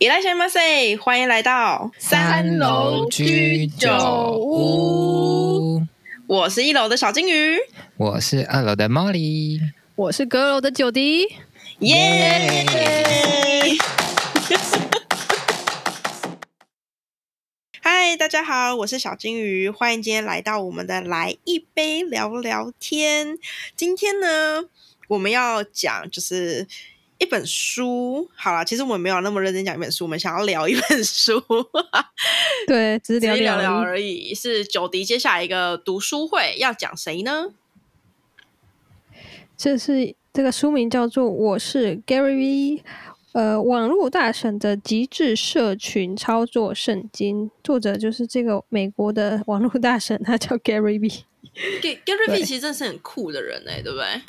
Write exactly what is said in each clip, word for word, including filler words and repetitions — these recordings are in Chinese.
いらっしゃいませ，欢迎来到三楼居酒屋。 我是一楼的小金鱼， 我是二楼的 Molly， 我是阁楼的九迪， 耶！嗨，大家好，我是小金鱼，欢迎今天来到我们的来一杯聊聊天。今天呢，我们要讲就是一本书。好啦，其实我们没有那么认真讲一本书，我们想要聊一本书。 对，只是聊聊聊而已。是九迪接下来一个读书会要讲谁呢？ 这是这个书名叫做《我是 Gary V》，呃，网络大神的极致社群操作圣经，作者就是这个美国的网络大神，他叫 Gary V。 Gary V 其实真是很酷的人哎、欸，对不对？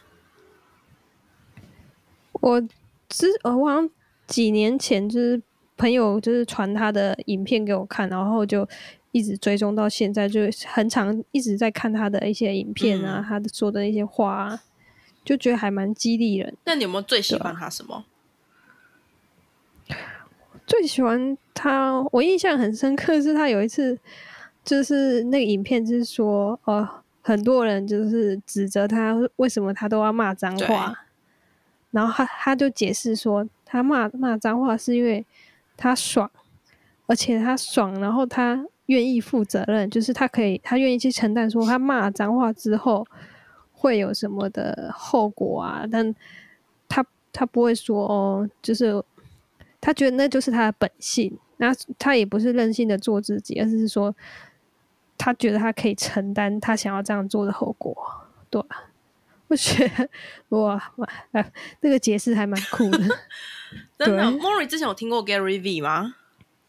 我之呃，我好像几年前就是朋友就是传他的影片给我看，然后就一直追踪到现在，就很常一直在看他的一些影片啊，嗯、他的说的一些话啊，就觉得还蛮激励人。 那你有没有最喜欢他什么？ 最喜欢他，我印象很深刻是他有一次就是那个影片就是说，呃，很多人就是指责他为什么他都要骂脏话。然后他他就解释说，他骂骂脏话是因为他爽，而且他爽，然后他愿意负责任，就是他可以，他愿意去承担说他骂脏话之后会有什么的后果啊，但他他不会说哦，就是他觉得那就是他的本性，那他也不是任性的做自己，而是说他觉得他可以承担他想要这样做的后果，对吧？我觉得哇，呃，这个解释还蛮酷的。 真的 ，Mori 之前有听过 Gary V 吗？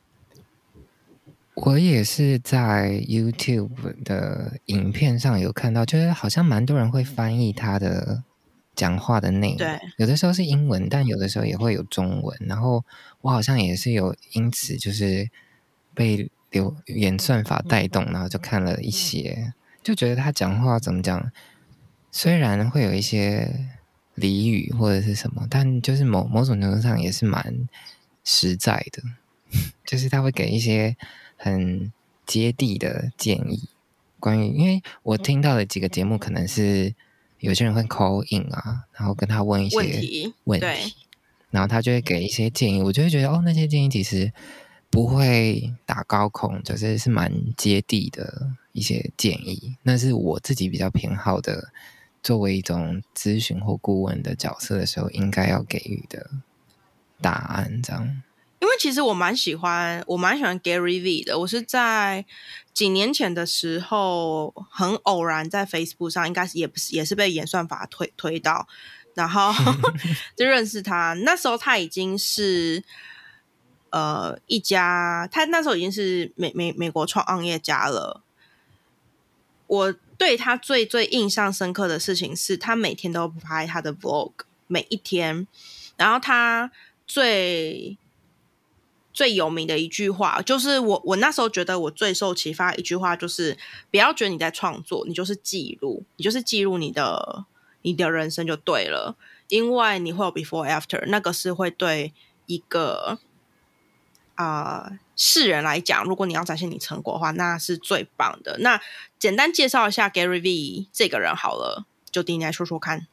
我也是在 YouTube 的影片上有看到，就是好像蛮多人会翻译他的讲话的内容， 对， 有的时候是英文，但有的时候也会有中文。然后我好像也是有因此就是被流演算法带动，然后就看了一些，就觉得他讲话怎么讲。虽然会有一些俚语或者是什么，但就是某某种程度上也是蛮实在的，就是他会给一些很接地的建议。关于，因为我听到的几个节目，可能是有些人会 call in 啊，然后跟他问一些问题， 问题然后他就会给一些建议，我就会觉得哦，那些建议其实不会打高空，就是是蛮接地的一些建议，那是我自己比较偏好的。作为一种咨询或顾问的角色的时候，应该要给予的答案，这样。 因为其实我蛮喜欢，我蛮喜欢 Gary V 的。我是在几年前的时候，很偶然在 Facebook 上，应该是也不是也是被演算法推推到，然后就认识他。那时候他已经是呃一家，他那时候已经是美美美国创业家了。我对他最最印象深刻的事情是他每天都拍他的 vlog， 每一天，然后他最最有名的一句话就是我我那时候觉得我最受启发的一句话就是不要觉得你在创作，你就是记录，你就是记录你的你的人生就对了，因为你会有 before after， 那个是会对一个啊、呃、世人来讲，如果你要展现你成果的话，那是最棒的。那简单介绍一下 Gary V 这个人好了，就听你来说说看。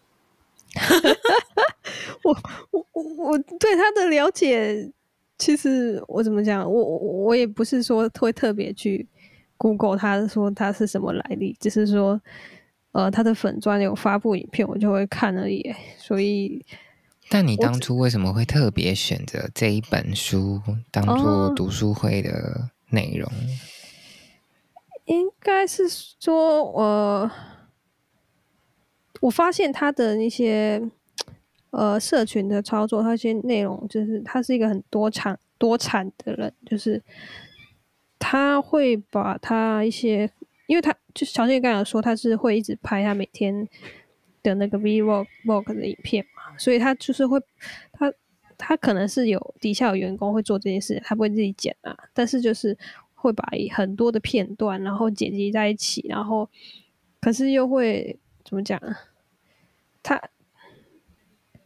我我我对他的了解，其实我怎么讲，我我也不是说会特别去 Google 他说他是什么来历，只是说呃他的粉专有发布影片，我就会看而已。所以， 但你当初为什么会特别选择这一本书当做读书会的内容？哦， 应该是说，呃，我发现他的那些呃社群的操作，他一些内容，就是他是一个很多产多产的人，就是他会把他一些，因为他就小健刚才说，他是会一直拍他每天的那个 vlog vlog 的影片嘛，所以他就是会他他可能是有底下有员工会做这件事，他不会自己剪啊，但是就是会把很多的片段然后剪辑在一起，然后可是又会怎么讲啊？他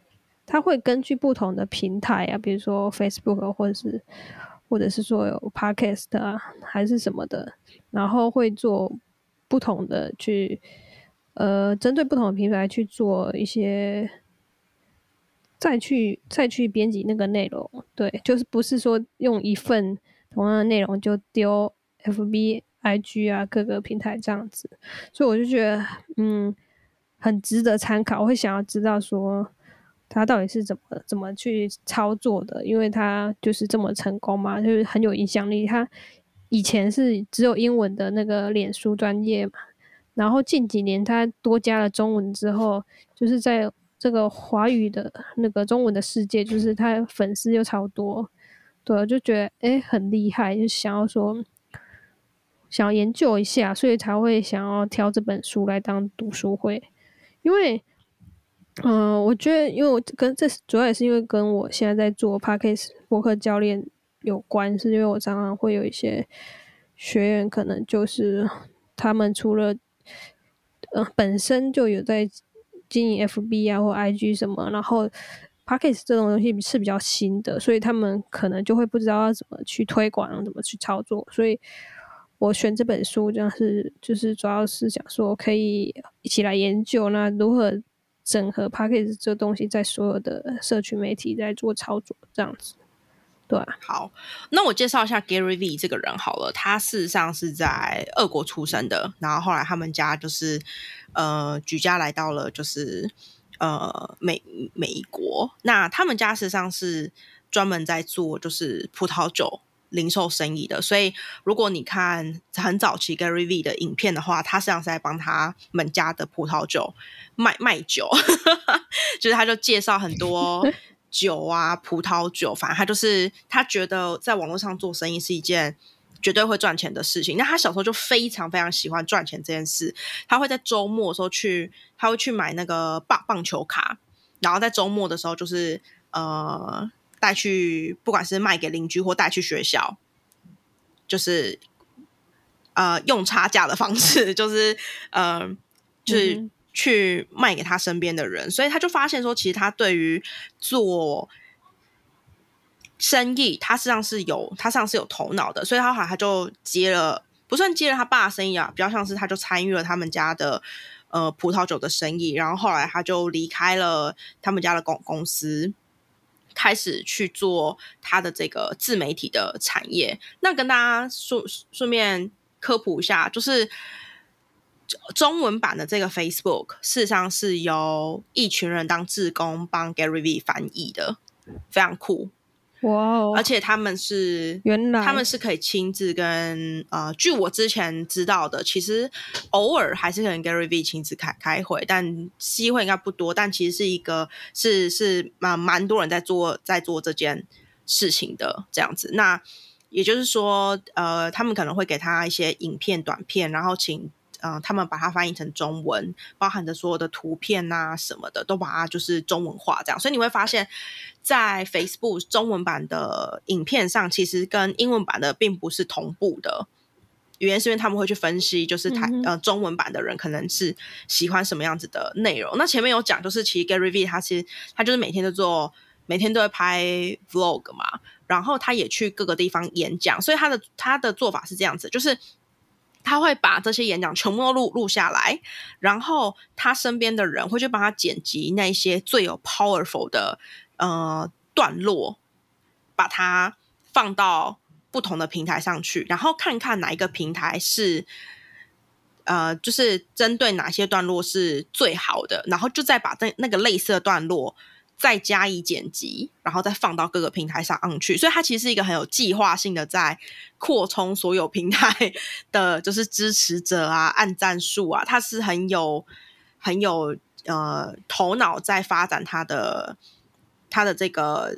他会根据不同的平台啊，比如说 Facebook 或者是或者是说有 Podcast 啊，还是什么的，然后会做不同的去呃，针对不同的平台去做一些。再去再去编辑那个内容，对，就是不是说用一份同样的内容就丢 F B、I G 啊各个平台这样子，所以我就觉得嗯很值得参考，我会想要知道说他到底是怎么怎么去操作的，因为他就是这么成功嘛，就是很有影响力。他以前是只有英文的那个脸书专页嘛，然后近几年他多加了中文之后，就是在这个华语的那个中文的世界，就是他粉丝又超多，对，我就觉得诶很厉害，就想要说想要研究一下，所以才会想要挑这本书来当读书会。因为嗯、呃，我觉得因为我跟这主要也是因为跟我现在在做 Podcast 播客教练有关，是因为我常常会有一些学员可能就是他们除了呃本身就有在经营 F B 啊或 I G 什么，然后 Podcast 这种东西是比较新的，所以他们可能就会不知道要怎么去推广，怎么去操作，所以我选这本书这样是就是主要是想说可以一起来研究那如何整合 Podcast 这东西在所有的社群媒体在做操作这样子。对啊， 好，那我介绍一下 Gary V 这个人好了。他事实上是在俄国出生的，然后后来他们家就是呃举家来到了就是呃美美国。那他们家事实上是专门在做就是葡萄酒零售生意的，所以如果你看很早期 Gary V 的影片的话，他实际上是在帮他们家的葡萄酒卖卖酒，就是他就介绍很多酒啊葡萄酒，反正他就是他觉得在网络上做生意是一件绝对会赚钱的事情。那他小时候就非常非常喜欢赚钱这件事，他会在周末的时候去他会去买那个棒棒球卡，然后在周末的时候就是呃带去不管是卖给邻居或带去学校，就是呃用差价的方式，就是呃就是、嗯去卖给他身边的人，所以他就发现说其实他对于做生意他实际上是有他实际上是有头脑的，所以他后来他就接了不算接了他爸的生意啊，比较像是他就参与了他们家的呃葡萄酒的生意，然后后来他就离开了他们家的公公司，开始去做他的这个自媒体的产业。那跟大家顺顺便科普一下，就是中文版的这个 Facebook 事实上是由一群人当志工帮 Gary V 翻译的，非常酷。 哇哦！ 而且他们是原来他们是可以亲自跟呃，据我之前知道的，其实偶尔还是可能 Gary V 亲自开开会，但机会应该不多。但其实是一个是是蛮蛮多人在做在做这件事情的这样子。那也就是说，呃，他们可能会给他一些影片、短片，然后请。嗯、呃，他们把它翻译成中文，包含着所有的图片啊什么的，都把它就是中文化这样。所以你会发现，在 Facebook 中文版的影片上，其实跟英文版的并不是同步的。原因是因为他们会去分析，就是台、嗯、呃中文版的人可能是喜欢什么样子的内容。那前面有讲，就是其实 Gary V 他其实他就是每天都做，每天都会拍 vlog 嘛，然后他也去各个地方演讲，所以他的他的做法是这样子，就是。他会把这些演讲全部都录录下来，然后他身边的人会去帮他剪辑那些最有 powerful 的呃段落，把它放到不同的平台上去，然后看看哪一个平台是呃就是针对哪些段落是最好的，然后就再把那那个类似的段落再加以剪辑，然后再放到各个平台上上去。所以它其实是一个很有计划性的在扩充所有平台的就是支持者啊按赞数啊，它是很有很有呃头脑在发展它的它的这个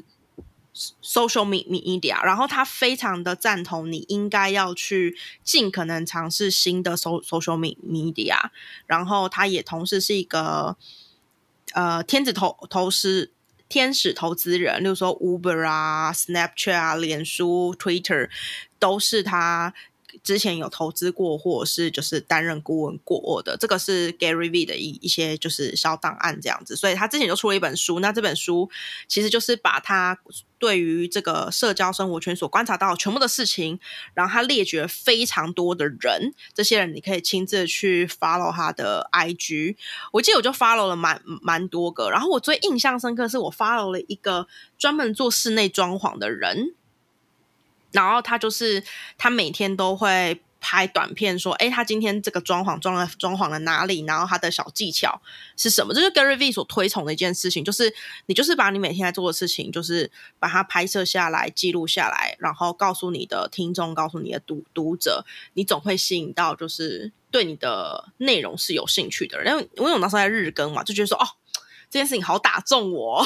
social media， 然后他非常的赞同你应该要去尽可能尝试新的 social media， 然后他也同时是一个呃，天使投投资天使投资人，例如说 Uber 啊、Snapchat 啊、脸书、Twitter 都是他之前有投资过或者是就是担任顾问过的，这个是 Gary V 的一一些就是小档案这样子，所以他之前就出了一本书，那这本书其实就是把他对于这个社交生活圈所观察到全部的事情，然后他列举了非常多的人，这些人你可以亲自去 follow 他的 I G， 我记得我就 follow 了蛮蛮多个，然后我最印象深刻是我 follow 了一个专门做室内装潢的人，然后他就是他每天都会拍短片说，哎，他今天这个装潢装了装潢了哪里，然后他的小技巧是什么，这就是 Gary V 所推崇的一件事情，就是你就是把你每天在做的事情就是把它拍摄下来记录下来，然后告诉你的听众，告诉你的 读, 读者，你总会吸引到就是对你的内容是有兴趣的人，因为因为我那时候在日更嘛，就觉得说哦这件事情好打中我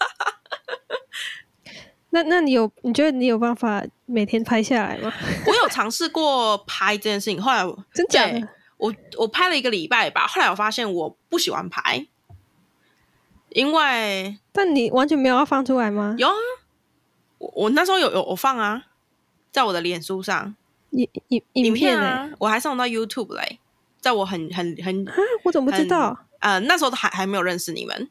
那那你有你觉得你有办法每天拍下来吗？ 我有尝试过拍这件事情，后来真假的？ 我我拍了一个礼拜吧，后来我发现我不喜欢拍，因为但你完全没有要放出来吗？ 有啊，我我那时候有有我放啊，在我的脸书上影影影片啊、 欸，我还上到 YouTube 嘞、欸，在我很很很啊，我怎么不知道？ 呃，那时候还还没有认识你们。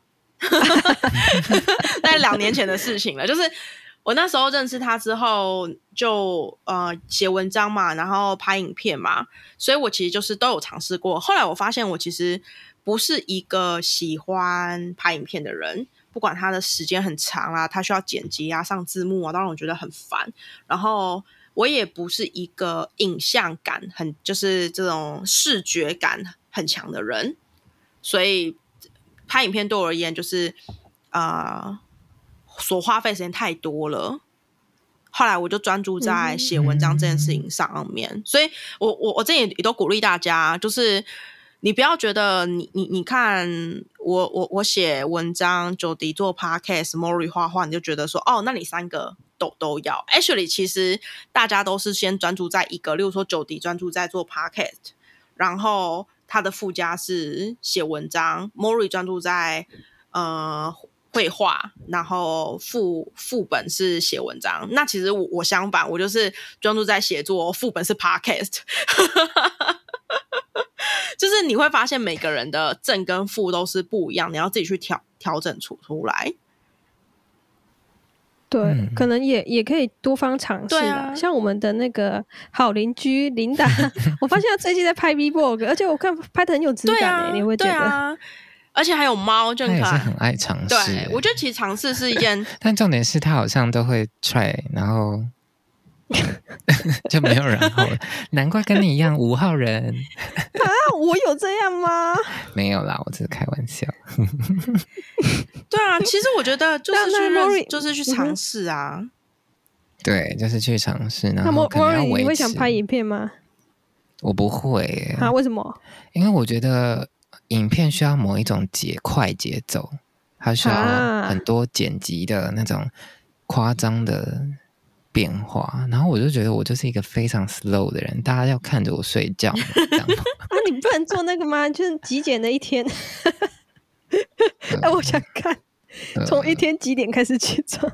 那两年前的事情了，就是我那时候认识他之后就呃写文章嘛，然后拍影片嘛，所以我其实就是都有尝试过。后来我发现我其实不是一个喜欢拍影片的人，不管他的时间很长啊，他需要剪辑啊、上字幕啊，当然我觉得很烦。然后我也不是一个影像感很就是这种视觉感很强的人，所以拍影片对我而言就是呃所花费时间太多了，后来我就专注在写文章这件事情上面、嗯、所以我我我这也也都鼓励大家，就是你不要觉得你你你看我我我写文章，久迪做 podcast， Mori 画画，你就觉得说哦那你三个都都要 actually 其实大家都是先专注在一个，例如说久迪专注在做 podcast， 然后他的附加是写文章， Mori 专注在呃绘画，然后副副本是写文章。那其实我我相反，我就是专注在写作，副本是 podcast 就是你会发现每个人的正跟负都是不一样，你要自己去调调整出出来。 对、 嗯、 可能也也可以多方尝试啊，像我们的那个好邻居琳达我发现他最近在拍 Vlog， 而且我看拍得很有质感、欸啊、你会觉得对啊，而且还有猫，就很可爱， 他也是很爱尝试。 对，我觉得其实尝试是一件但重点是他好像都会 try， 然后就没有然后了，难怪跟你一样五号人啊！我有这样吗？ 没有啦，我只是开玩笑对啊，其实我觉得就是去那就是去尝试啊、嗯、 对，就是去尝试，然后可能要维持。 你会想拍影片吗？ 我不会耶。 啊？为什么？ 因为我觉得影片需要某一种节快节奏，它需要很多剪辑的那种夸张的变化，然后我就觉得我就是一个非常 slow 的人，大家要看着我睡觉这样啊，你不能做那个吗？就是极简的一天哎、呃，我想看从、呃、一天几点开始起床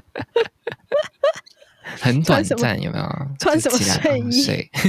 很短暂，有没有？ 穿什么睡衣？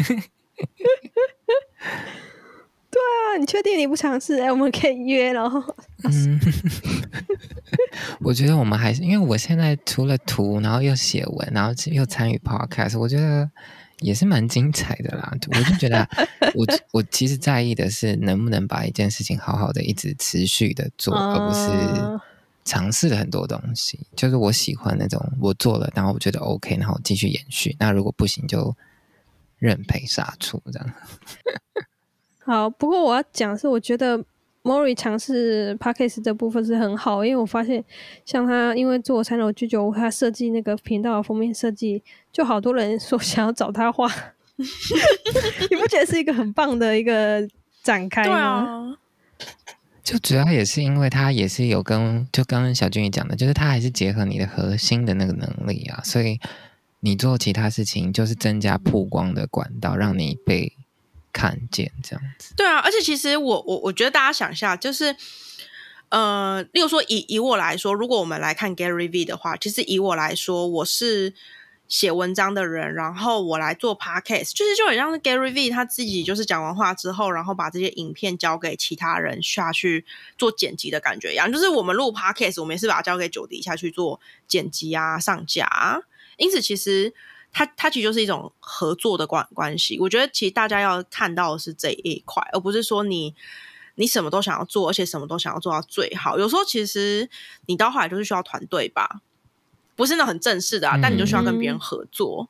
对啊，你确定你不尝试？哎，我们可以约，然后嗯， 我觉得我们还是因为我现在除了图，然后又写文，然后又参与 podcast， 我觉得也是蛮精彩的啦。我就觉得我我其实在意的是能不能把一件事情好好的一直持续的做，而不是尝试了很多东西。就是我喜欢那种我做了，然后我觉得 OK， 然后继续延续。那如果不行就认赔杀出这样。 好，不过我要讲的是，我觉得 Mori 尝试 Podcast 这部分是很好，因为我发现像他因为做三楼居酒屋，他设计那个频道的封面设计，就好多人说想要找他画你不觉得是一个很棒的一个展开吗？对啊， 就主要也是因为他也是有跟就刚刚小俊也讲的，就是他还是结合你的核心的那个能力啊，所以你做其他事情就是增加曝光的管道，让你被看见这样子。 对啊，而且其实我我我觉得大家想一下，就是呃，例如说以以我来说，如果我们来看 Gary V 的话，其实以我来说，我是写文章的人，然后我来做 podcast， 就是就很像是 Gary V 他自己就是讲完话之后，然后把这些影片交给其他人下去做剪辑的感觉一样。就是我们录 podcast， 我们也是把它交给九迪下去做剪辑啊、上架啊。因此，其实它它其实就是一种合作的关关系。我觉得其实大家要看到的是这一块，而不是说你你什么都想要做，而且什么都想要做到最好。有时候其实你到后来就是需要团队吧。不是那很正式的啊、嗯，但你就需要跟别人合作。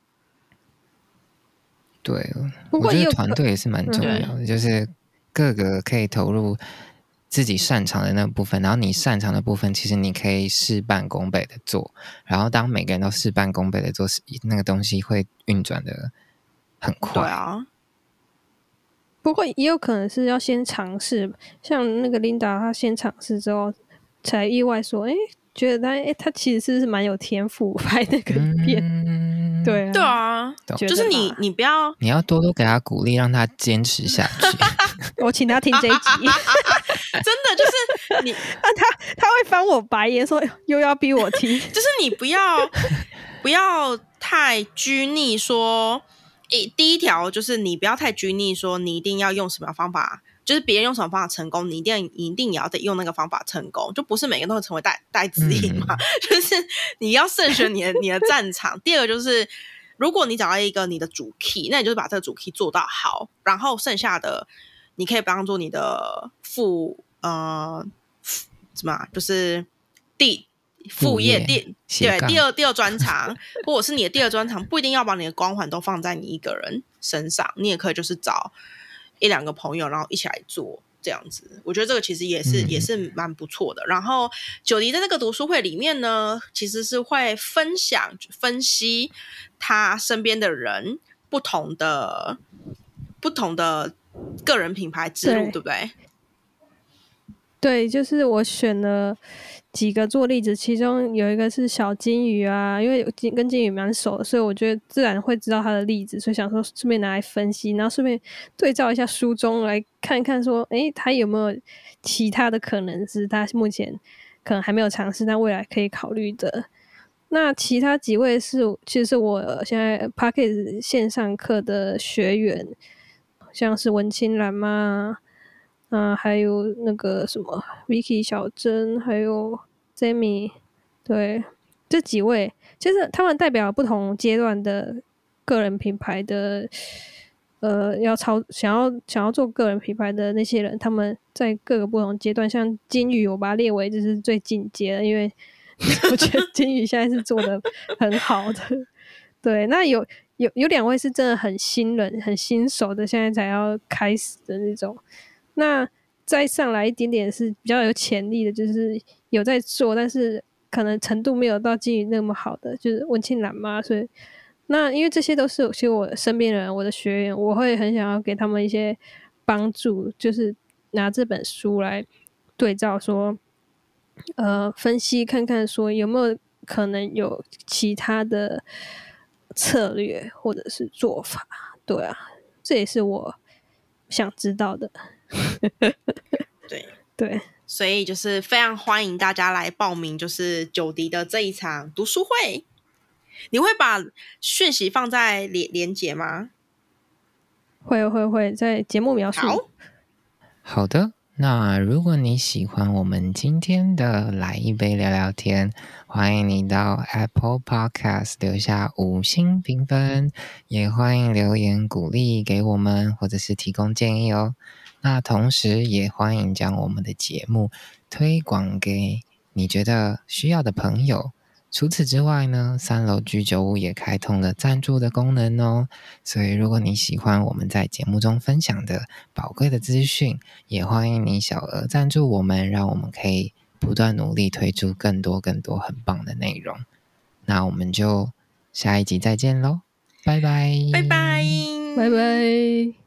对，我觉得团队也是蛮重要的，就是各个可以投入自己擅长的那部分，然后你擅长的部分，其实你可以事半功倍的做，然后当每个人都事半功倍的做，那个东西会运转的很快。 对啊。 不过也有可能是要先尝试，像那个 Linda 她先尝试之后，才意外说，哎。觉得他诶，他其实是蛮有天赋拍那个片、嗯，对啊， 对啊，就是你你不要， 你要多多给他鼓励，让他坚持下去。 我请他听这一集，真的就是你， 他他会翻我白眼说又要逼我听， 就是你不要不要太拘泥说，诶，第一条就是你不要太拘泥说你一定要用什么方法。就是别人用什么方法成功，你一定一定也要得用那个方法成功，就不是每个人都会成为戴戴资颖嘛、嗯。就是你要慎选你的你的战场。第二个就是，如果你找到一个你的主 key， 那你就是把这个主 key 做到好，然后剩下的你可以当做你的副呃什么、啊，就是第副业第对第二第二专长，或者是你的第二专长，不一定要把你的光环都放在你一个人身上，你也可以就是找。一两个朋友，然后一起来做这样子，我觉得这个其实也是、嗯、也是蛮不错的。然后九迪在这个读书会里面呢，其实是会分享分析他身边的人不同的不同的个人品牌之路， 对, 对不对？ 对，就是我选了几个做例子，其中有一个是小金鱼啊，因为跟金鱼蛮熟的，所以我觉得自然会知道他的例子，所以想说顺便拿来分析，然后顺便对照一下书中来看看说，诶，他有没有其他的可能是他目前可能还没有尝试，但未来可以考虑的。那其他几位是其实是我现在 Podcast 线上课的学员，像是文青兰嘛。啊，还有那个什么 Vicky 小珍，还有 Jamie， 对，这几位就是他们代表不同阶段的个人品牌的，呃，要操想要想要做个人品牌的那些人，他们在各个不同阶段，像金鱼，我把它列为就是最进阶的，因为我觉得金鱼现在是做的很好的，对，那有有有两位是真的很新人、很新手的，现在才要开始的那种。那再上来一点点是比较有潜力的，就是有在做，但是可能程度没有到金鱼那么好的，就是文青兰嘛。所以那因为这些都是其实我身边人，我的学员，我会很想要给他们一些帮助，就是拿这本书来对照说，呃，分析看看说有没有可能有其他的策略或者是做法。对啊，这也是我想知道的。 对对， 所以就是非常欢迎大家来报名，就是九迪的这一场读书会。你会把讯息放在连连结吗？ 会会会，在节目描述。 好好的，那如果你喜欢我们今天的来一杯聊聊天，欢迎你到 Apple Podcast 留下五星评分，也欢迎留言鼓励给我们，或者是提供建议哦。那同时也欢迎将我们的节目推广给你觉得需要的朋友。除此之外呢，三楼居酒屋也开通了赞助的功能哦。所以如果你喜欢我们在节目中分享的宝贵的资讯，也欢迎你小额赞助我们，让我们可以不断努力推出更多更多很棒的内容。那我们就下一集再见咯，拜拜， 拜拜， 拜拜。